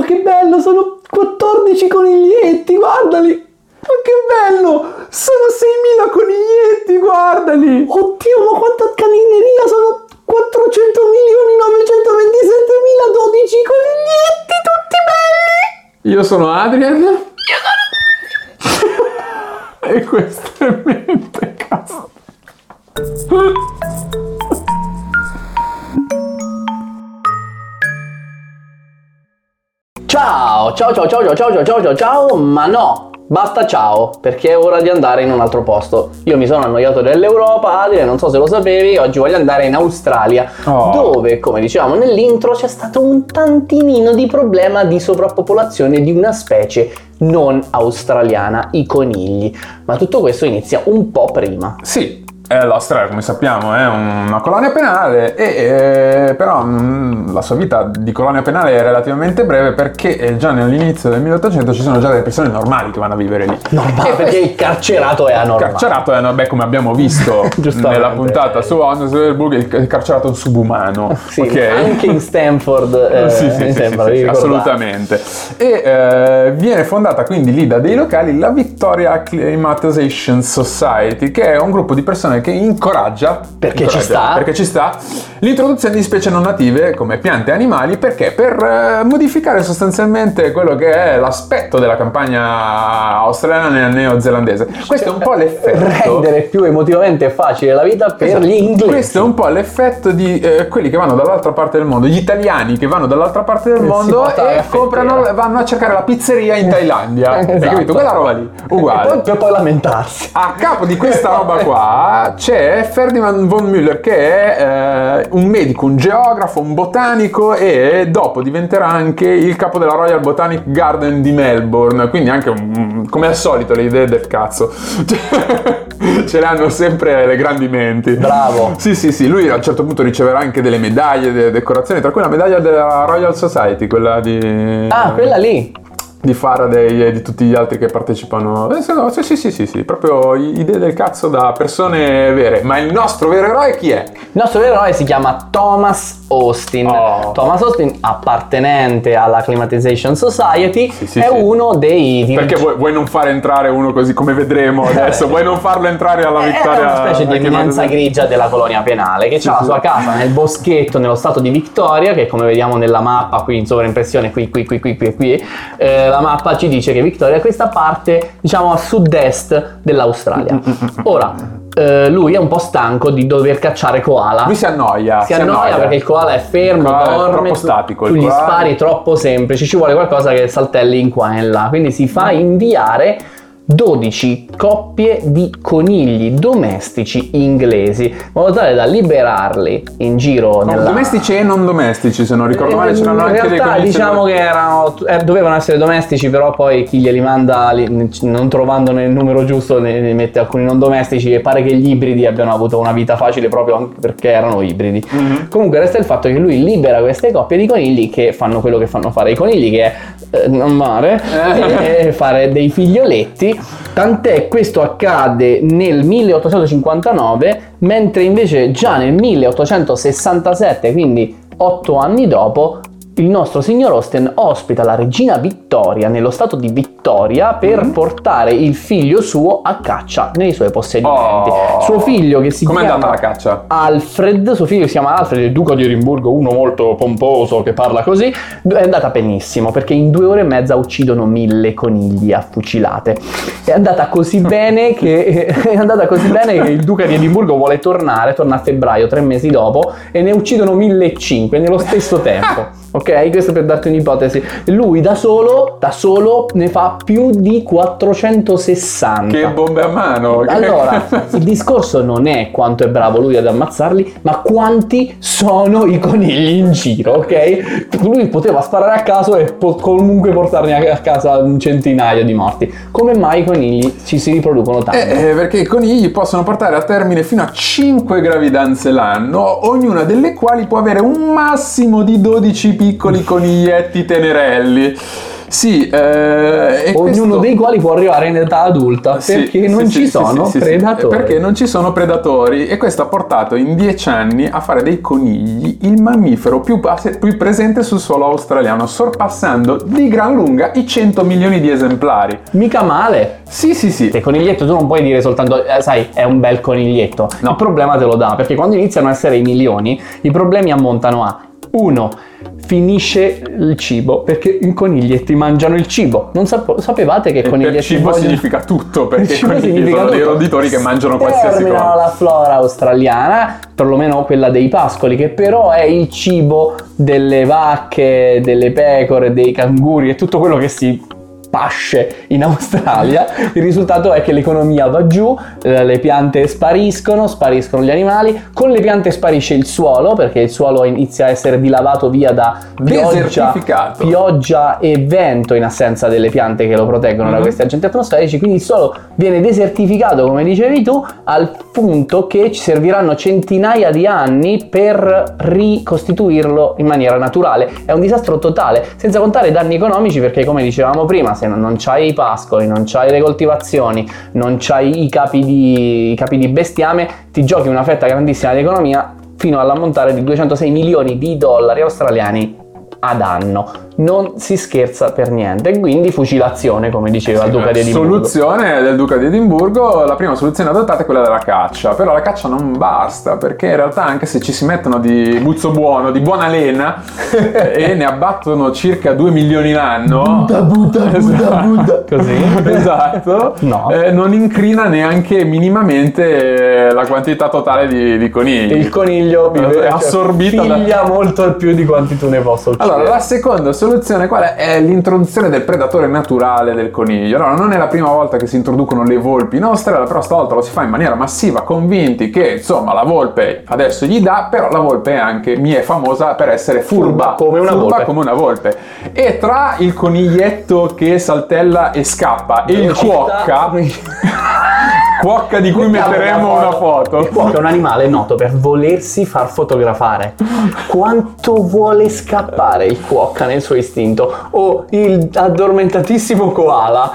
che bello, sono 14 coniglietti, guardali! Ma che bello! Sono 6.000 coniglietti, guardali! Oddio, ma quanta canineria! Sono 400.927.012 coniglietti, tutti belli! Io sono Adrian. E questo è Mentecast. Ciao, ma no, basta ciao, perché è ora di andare in un altro posto. Io mi sono annoiato dell'Europa, Adrian, non so se lo sapevi, oggi voglio andare in Australia, dove, come dicevamo nell'intro, c'è stato un tantinino di problema di sovrappopolazione di una specie non australiana, i conigli. Ma tutto questo inizia un po' prima. Sì. L'Australia, come sappiamo, è una colonia penale però la sua vita di colonia penale è relativamente breve, perché già all'inizio del 1800 ci sono già delle persone normali che vanno a vivere lì. Normale, perché il carcerato è anormale. Il carcerato è, come abbiamo visto nella puntata su Johannesburg, il carcerato è un subumano. Sì, okay? Anche in Stanford, sì, assolutamente. E viene fondata quindi lì da dei locali la Victoria Acclimatization Society, che è un gruppo di persone che incoraggia ci sta l'introduzione di specie non native come piante e animali, perché per modificare sostanzialmente quello che è l'aspetto della campagna australiana e neozelandese. Questo è un po' l'effetto, rendere più emotivamente facile la vita per gli inglesi. Questo è un po' l'effetto di quelli che vanno dall'altra parte del mondo, gli italiani che vanno dall'altra parte del mondo e vanno a cercare la pizzeria in Thailandia. Hai capito? Quella roba lì, uguale. E poi lamentarsi. A capo di questa roba qua c'è Ferdinand von Müller, che è un medico, un geografo, un botanico, e dopo diventerà anche il capo della Royal Botanic Garden di Melbourne, quindi anche come al solito le idee del cazzo ce le hanno sempre le grandi menti. Bravo. Sì, lui a un certo punto riceverà anche delle medaglie, delle decorazioni, tra cui la medaglia della Royal Society, quella quella lì di Faraday e di tutti gli altri che partecipano. Sì, proprio idee del cazzo da persone vere. Ma il nostro vero eroe chi è? Il nostro vero eroe si chiama Thomas Austin. Thomas Austin, appartenente alla Acclimatization Society, uno dei... Perché vuoi non far entrare uno così, come vedremo adesso? Vuoi non farlo entrare alla Victoria? È una specie di eminenza grigia della colonia penale, che ha la sua casa nel boschetto nello stato di Victoria, che come vediamo nella mappa qui in sovraimpressione, qui, la mappa ci dice che Victoria è questa parte, diciamo, a sud-est dell'Australia. Ora, lui è un po' stanco di dover cacciare koala. Lui si annoia perché il koala è fermo, dorme, è troppo statico, tu gli spari troppo semplici, ci vuole qualcosa che saltelli in qua e in là, quindi si fa inviare 12 coppie di conigli domestici inglesi, in modo tale da liberarli in giro domestici e non domestici, se non ricordo male c'erano anche dei conigli. Diciamo che dovevano essere domestici, però poi chi glieli manda, non trovandone il numero giusto, ne mette alcuni non domestici, e pare che gli ibridi abbiano avuto una vita facile proprio anche perché erano ibridi. Comunque resta il fatto che lui libera queste coppie di conigli che fanno quello che fanno fare i conigli, che è non male, e fare dei figlioletti. Tant'è questo accade nel 1859, mentre invece già nel 1867, quindi 8 anni dopo, il nostro signor Austin ospita la regina Vittoria nello stato di Victoria per portare il figlio suo a caccia nei suoi possedimenti. Suo figlio, che si chiama... Com'è andata la caccia? Alfred, suo figlio si chiama Alfred, il duca di Edimburgo, uno molto pomposo che parla così. È andata benissimo, perché in 2 ore e mezza uccidono 1000 conigli a fucilate. È andata così bene che il duca di Edimburgo vuole torna a febbraio, 3 mesi dopo, e ne uccidono 1500 nello stesso tempo. Ok, questo per darti un'ipotesi. Lui da solo ne fa più di 460. Che bombe a mano! Allora, il discorso non è quanto è bravo lui ad ammazzarli, ma quanti sono i conigli in giro, ok? Lui poteva sparare a caso e comunque portarne a casa un centinaio di morti. Come mai i conigli ci si riproducono tanto? Perché i conigli possono portare a termine fino a 5 gravidanze l'anno, ognuna delle quali può avere un massimo di 12 piccoli coniglietti tenerelli. Sì, ognuno dei quali può arrivare in età adulta perché non ci sono predatori. Perché non ci sono predatori, e questo ha portato in 10 anni a fare dei conigli il mammifero più presente sul suolo australiano, sorpassando di gran lunga i 100 milioni di esemplari. Mica male. Sì. Il coniglietto tu non puoi dire soltanto sai, è un bel coniglietto. No. Il problema te lo dà, perché quando iniziano a essere i milioni i problemi ammontano a: 1. Finisce il cibo, perché i coniglietti mangiano il cibo. Non sapevate che coniglietti per cibo significa tutto, perché i conigli significa sono dei tutto. roditori che mangiano qualsiasi Terminano cosa. la flora australiana, perlomeno quella dei pascoli, che però è il cibo delle vacche, delle pecore, dei canguri e tutto quello che si pasce in Australia. Il risultato è che l'economia va giù, le piante spariscono gli animali, con le piante sparisce il suolo, perché il suolo inizia a essere dilavato via da pioggia e vento, in assenza delle piante che lo proteggono da questi agenti atmosferici. Quindi il suolo viene desertificato, come dicevi tu, al punto che ci serviranno centinaia di anni per ricostituirlo in maniera naturale. È un disastro totale, senza contare i danni economici, perché come dicevamo prima, se non c'hai i pascoli, non c'hai le coltivazioni, non c'hai i capi di bestiame, ti giochi una fetta grandissima di economia fino all'ammontare di 206 milioni di dollari australiani ad anno. Non si scherza per niente, quindi fucilazione, come diceva il Duca di Edimburgo. Soluzione del Duca di Edimburgo: la prima soluzione adottata è quella della caccia, però la caccia non basta, perché in realtà anche se ci si mettono di buzzo buono, di buona lena e ne abbattono circa 2 milioni l'anno, Butta. Così. Esatto. No. Non incrina neanche minimamente la quantità totale di conigli. Il coniglio è assorbito figlia molto più di quanti tu ne possa uccidere. Allora, la seconda soluzione qual è? È l'introduzione del predatore naturale del coniglio. Allora, non è la prima volta che si introducono le volpi in Australia, però stavolta lo si fa in maniera massiva, convinti che insomma la volpe adesso gli dà, però la volpe mi è famosa per essere furba come una volpe. E tra il coniglietto che saltella e scappa e il cuocca di cui metteremo una foto. Il cuoca è un animale noto per volersi far fotografare. Quanto vuole scappare il cuoca nel suo istinto? O il addormentatissimo koala.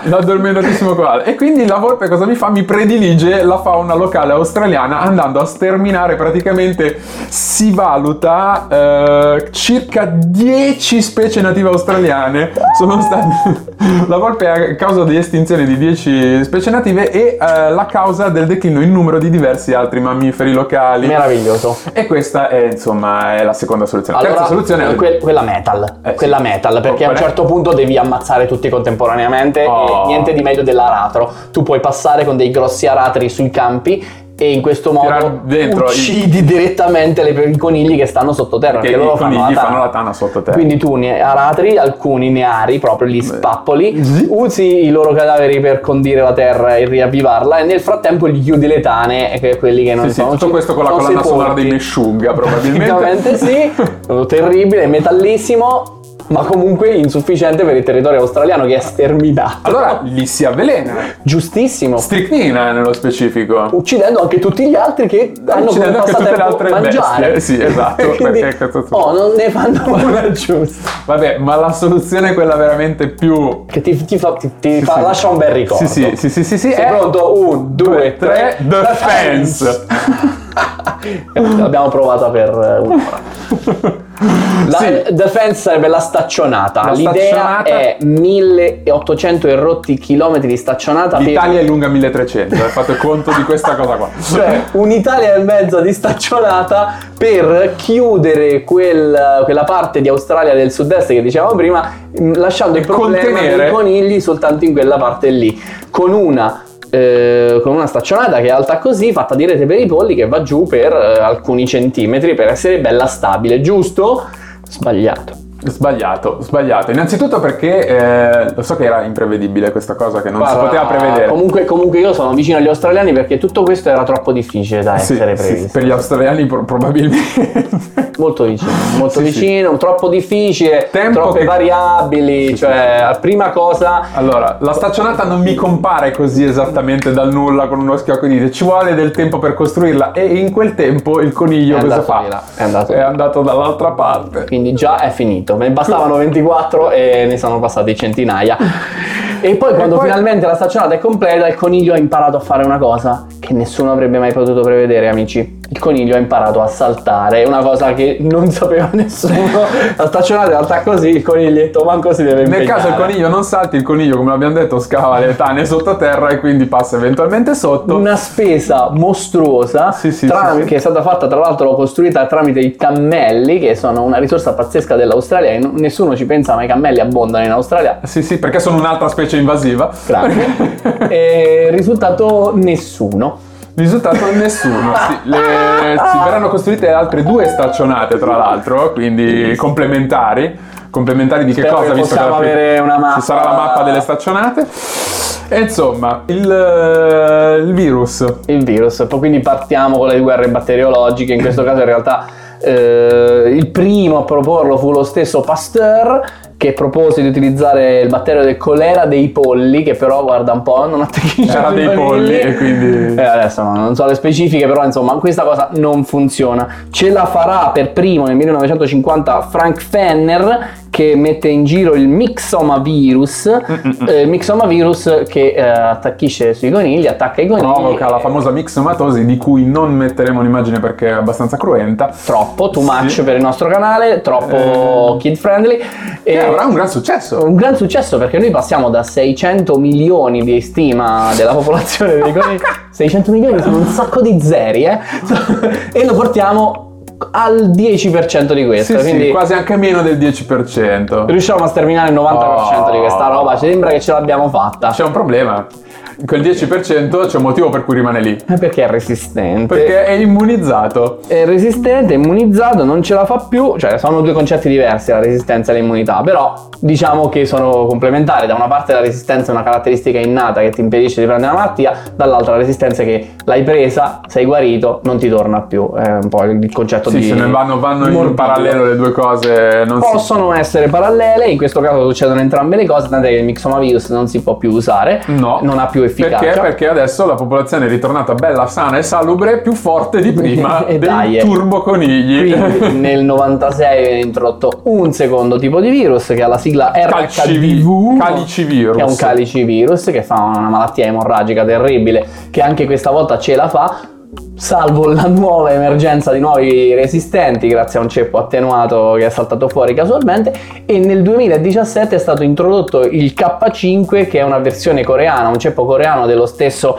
E quindi la volpe cosa mi fa? Mi predilige la fauna locale australiana, andando a sterminare praticamente, si valuta, circa 10 specie native australiane sono state. La volpe a causa di estinzione di 10 specie native e la causa del declino in numero di diversi altri mammiferi locali. Meraviglioso. E questa è insomma è la seconda soluzione. Allora, terza soluzione è quella metal. Quella sì. metal, perché a un certo punto devi ammazzare tutti contemporaneamente e niente di meglio dell'aratro. Tu puoi passare con dei grossi aratri sui campi e in questo modo uccidi direttamente i conigli che stanno sottoterra, perché loro fanno la tana sottoterra. Quindi tu ne aratri, alcuni ne ari, proprio li spappoli, usi i loro cadaveri per condire la terra e riavvivarla, e nel frattempo gli chiudi le tane, quelli che non sono. Tutto questo con la colonna sonora dei Meshuggah, probabilmente. Sì, terribile, metallissimo, ma comunque insufficiente per il territorio australiano, che è sterminato. Allora li si avvelena. Giustissimo. Stricnina nello specifico. Uccidendo anche tutti gli altri che hanno come passatempo altre mangiare. Bestie. Sì, esatto. Quindi, non ne fanno una giusta. Vabbè, ma la soluzione è quella veramente più... che ti lascia un bel ricordo. Sì. Sei pronto? 1, 2, 3, The Fence. L'abbiamo provata per un'ora. The Fence sarebbe la staccionata. L'idea è 1800 e rotti chilometri di staccionata. L'Italia è lunga 1300, fate conto di questa cosa qua. Cioè un'Italia e mezza di staccionata per chiudere quella parte di Australia del sud-est che dicevamo prima, lasciando il problema dei conigli soltanto in quella parte lì, con una staccionata che è alta così, fatta di rete per i polli, che va giù per alcuni centimetri per essere bella stabile. Giusto? Sbagliato. Innanzitutto perché lo so che era imprevedibile questa cosa, che non si poteva prevedere. Comunque io sono vicino agli australiani, perché tutto questo era troppo difficile da essere previsto. Per gli australiani probabilmente. Molto vicino, troppo difficile, troppe variabili, cioè prima cosa. Allora, la staccionata non mi compare così esattamente dal nulla con uno schiocco di dita, ci vuole del tempo per costruirla, e in quel tempo il coniglio cosa fa? È andato dall'altra parte. Quindi già è finito. Perfetto, me ne bastavano 24 e ne sono passati centinaia. E poi quando finalmente la staccionata è completa, il coniglio ha imparato a fare una cosa che nessuno avrebbe mai potuto prevedere, amici. Il coniglio ha imparato a saltare, è una cosa che non sapeva nessuno. La staccionata in realtà così, il coniglietto manco si deve impegnare. Nel caso il coniglio non salti, il coniglio, come abbiamo detto, scava le tane sottoterra e quindi passa eventualmente sotto. Una spesa mostruosa che è stata fatta, tra l'altro costruita tramite i cammelli, che sono una risorsa pazzesca dell'Australia e nessuno ci pensa, ma i cammelli abbondano in Australia. Sì, perché sono un'altra specie invasiva. Grazie. E risultato nessuno. Nessuno. Verranno costruite altre 2 staccionate, tra l'altro, quindi complementari di che Spero cosa? Che visto possiamo che avere una mappa. ci sarà la mappa delle staccionate. E insomma, il virus. Quindi partiamo con le guerre batteriologiche. In questo caso in realtà il primo a proporlo fu lo stesso Pasteur, che propose di utilizzare il batterio del colera dei polli, che però guarda un po' non attecchisce era dei polli e quindi adesso non so le specifiche, però insomma questa cosa non funziona. Ce la farà per primo nel 1950 Frank Fenner, che mette in giro il Myxomavirus. Myxomavirus che attacchisce sui conigli, attacca i conigli, provoca la famosa mixomatosi, di cui non metteremo un'immagine perché è abbastanza cruenta, too much per il nostro canale, troppo kid friendly, e avrà un gran successo perché noi passiamo da 600 milioni di stima della popolazione dei conigli. 600 milioni sono un sacco di zeri, e lo portiamo al 10% di questo, quindi quasi anche meno del 10%. riusciamo a sterminare il 90% di questa roba. Ci sembra che ce l'abbiamo fatta. C'è un problema. Quel 10% c'è un motivo per cui rimane lì. Perché è resistente. Perché è immunizzato. È resistente, è immunizzato, non ce la fa più. Cioè, sono 2 concetti diversi, la resistenza e l'immunità. Però diciamo che sono complementari. Da una parte la resistenza è una caratteristica innata che ti impedisce di prendere una malattia, dall'altra la resistenza è che l'hai presa, sei guarito, non ti torna più. È un po' il concetto di... se ne vanno in parallelo le 2 cose. Possono essere parallele, in questo caso succedono entrambe le cose, tant'è che il Myxomavirus non si può più usare. No. Non ha più efficacia. Perché adesso la popolazione è ritornata bella, sana e salubre, più forte di prima e dei turbo conigli. Quindi nel 96 viene introdotto un secondo tipo di virus che ha la sigla RHDV, calicivirus, che è un calicivirus che fa una malattia emorragica terribile, che anche questa volta ce la fa, salvo la nuova emergenza di nuovi resistenti grazie a un ceppo attenuato che è saltato fuori casualmente. E nel 2017 è stato introdotto il K5, che è una versione coreana, un ceppo coreano dello stesso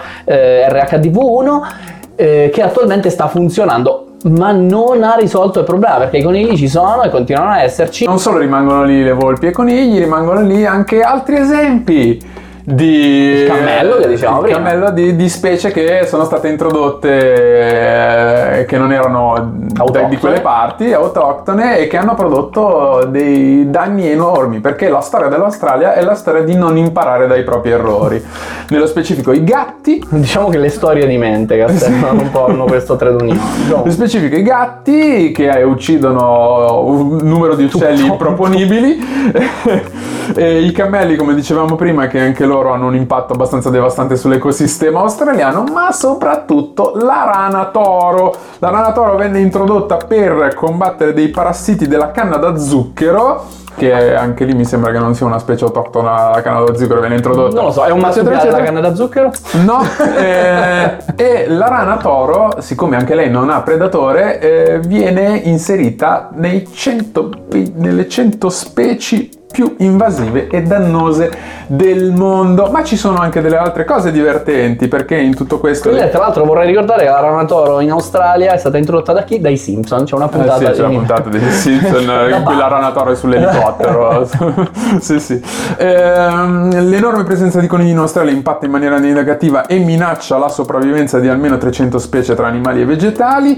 RHDV1, che attualmente sta funzionando, ma non ha risolto il problema, perché i conigli ci sono e continuano a esserci. Non solo rimangono lì le volpi e i conigli, rimangono lì anche altri esempi di il cammello che dicevamo prima. Cammello di specie che sono state introdotte che non erano di quelle parti, autoctone, e che hanno prodotto dei danni enormi, perché la storia dell'Australia è la storia di non imparare dai propri errori. Nello specifico i gatti, diciamo che le storie di mente che un po' hanno questo trade union. Nello specifico i gatti che uccidono un numero di uccelli improponibili, e i cammelli, come dicevamo prima, che anche loro hanno un impatto abbastanza devastante sull'ecosistema australiano, ma soprattutto la rana toro. La rana toro venne introdotta per combattere dei parassiti della canna da zucchero, che anche lì mi sembra che non sia una specie autoctona alla canna da zucchero, viene introdotta. Non lo so, è un marsupiale della canna da zucchero? No, e la rana toro, siccome anche lei non ha predatore, viene inserita nelle 100 specie più invasive e dannose del mondo. Ma ci sono anche delle altre cose divertenti, perché in tutto questo... Tra l'altro vorrei ricordare che la rana toro in Australia è stata introdotta da chi? Dai Simpson. C'è una puntata, c'è una puntata dei Simpson in cui la rana toro è sull'elicottero. sì. L'enorme presenza di conigli in Australia impatta in maniera negativa e minaccia la sopravvivenza di almeno 300 specie tra animali e vegetali.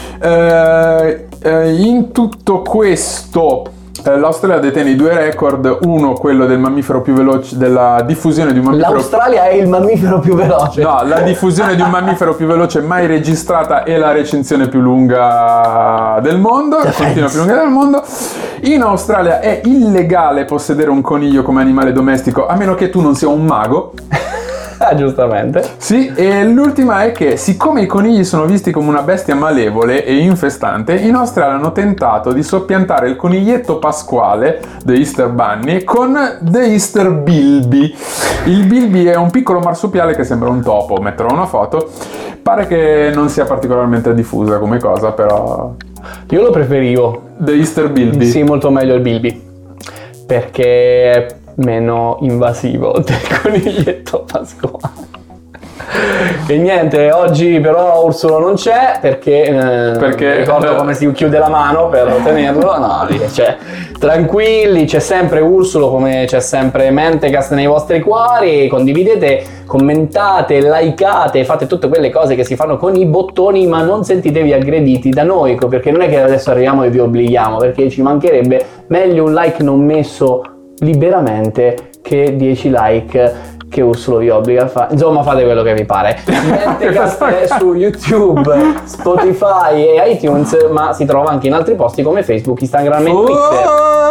In tutto questo l'Australia detiene i 2 record, uno quello del mammifero più veloce, della diffusione di un mammifero... L'Australia è il mammifero più veloce. No, la diffusione di un mammifero più veloce mai registrata e la recinzione più lunga del mondo, la continua più lunga del mondo. In Australia è illegale possedere un coniglio come animale domestico, a meno che tu non sia un mago. Giustamente. Sì, e l'ultima è che siccome i conigli sono visti come una bestia malevole e infestante, in Australia hanno tentato di soppiantare il coniglietto pasquale, The Easter Bunny, con The Easter Bilby. Il Bilby è un piccolo marsupiale che sembra un topo, metterò una foto. Pare che non sia particolarmente diffusa come cosa, però... Io lo preferivo. The Easter Bilby. Sì, molto meglio il Bilby. Perché è meno invasivo del coniglietto pasquale. E niente, oggi però Ursulo non c'è perché ricordo come si chiude la mano per tenerlo. No, cioè, tranquilli, c'è sempre Ursulo, come c'è sempre Mentecast nei vostri cuori. Condividete, commentate, likeate, fate tutte quelle cose che si fanno con i bottoni, ma non sentitevi aggrediti da noi, perché non è che adesso arriviamo e vi obblighiamo, perché ci mancherebbe. Meglio un like non messo liberamente che 10 like che Ursulo vi obbliga a fare. Insomma, fate quello che vi pare. Mentecast è su YouTube, Spotify e iTunes, ma si trova anche in altri posti come Facebook, Instagram e Twitter.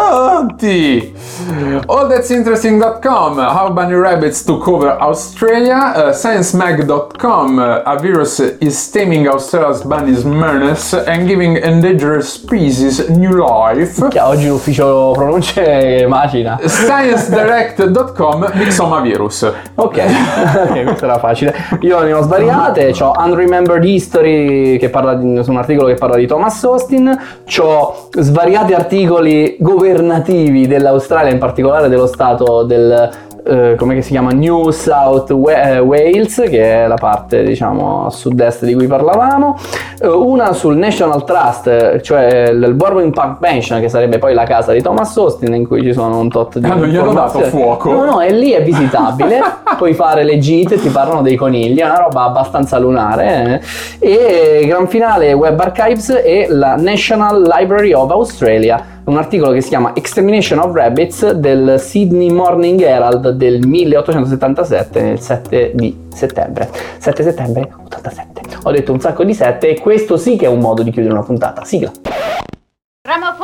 AllThat'sInteresting.com, How Bunny Rabbits Took Over Australia, ScienceMag.com, a virus is taming Australia's bunny's menace and giving endangered species new life. Oggi l'ufficio pronunce macina. ScienceDirect.com, Myxomavirus. Ok, questa era facile. Io ne ho svariate, c'ho Unremembered History che parla su un articolo che parla di Thomas Austin, c'ho svariati articoli governativi dell'Australia, in particolare dello stato del come si chiama, New South Wales, che è la parte diciamo a sud-est di cui parlavamo, una sul National Trust, cioè il Bourbon Park Pension, che sarebbe poi la casa di Thomas Austin, in cui ci sono un tot di non gli hanno dato fuoco. No, è lì, è visitabile. Puoi fare le gite, ti parlano dei conigli, è una roba abbastanza lunare. E gran finale Web Archives e la National Library of Australia, un articolo che si chiama Extermination of Rabbits del Sydney Morning Herald del 1877, nel 7 settembre 87. Ho detto un sacco di 7 e questo sì che è un modo di chiudere una puntata. Sigla.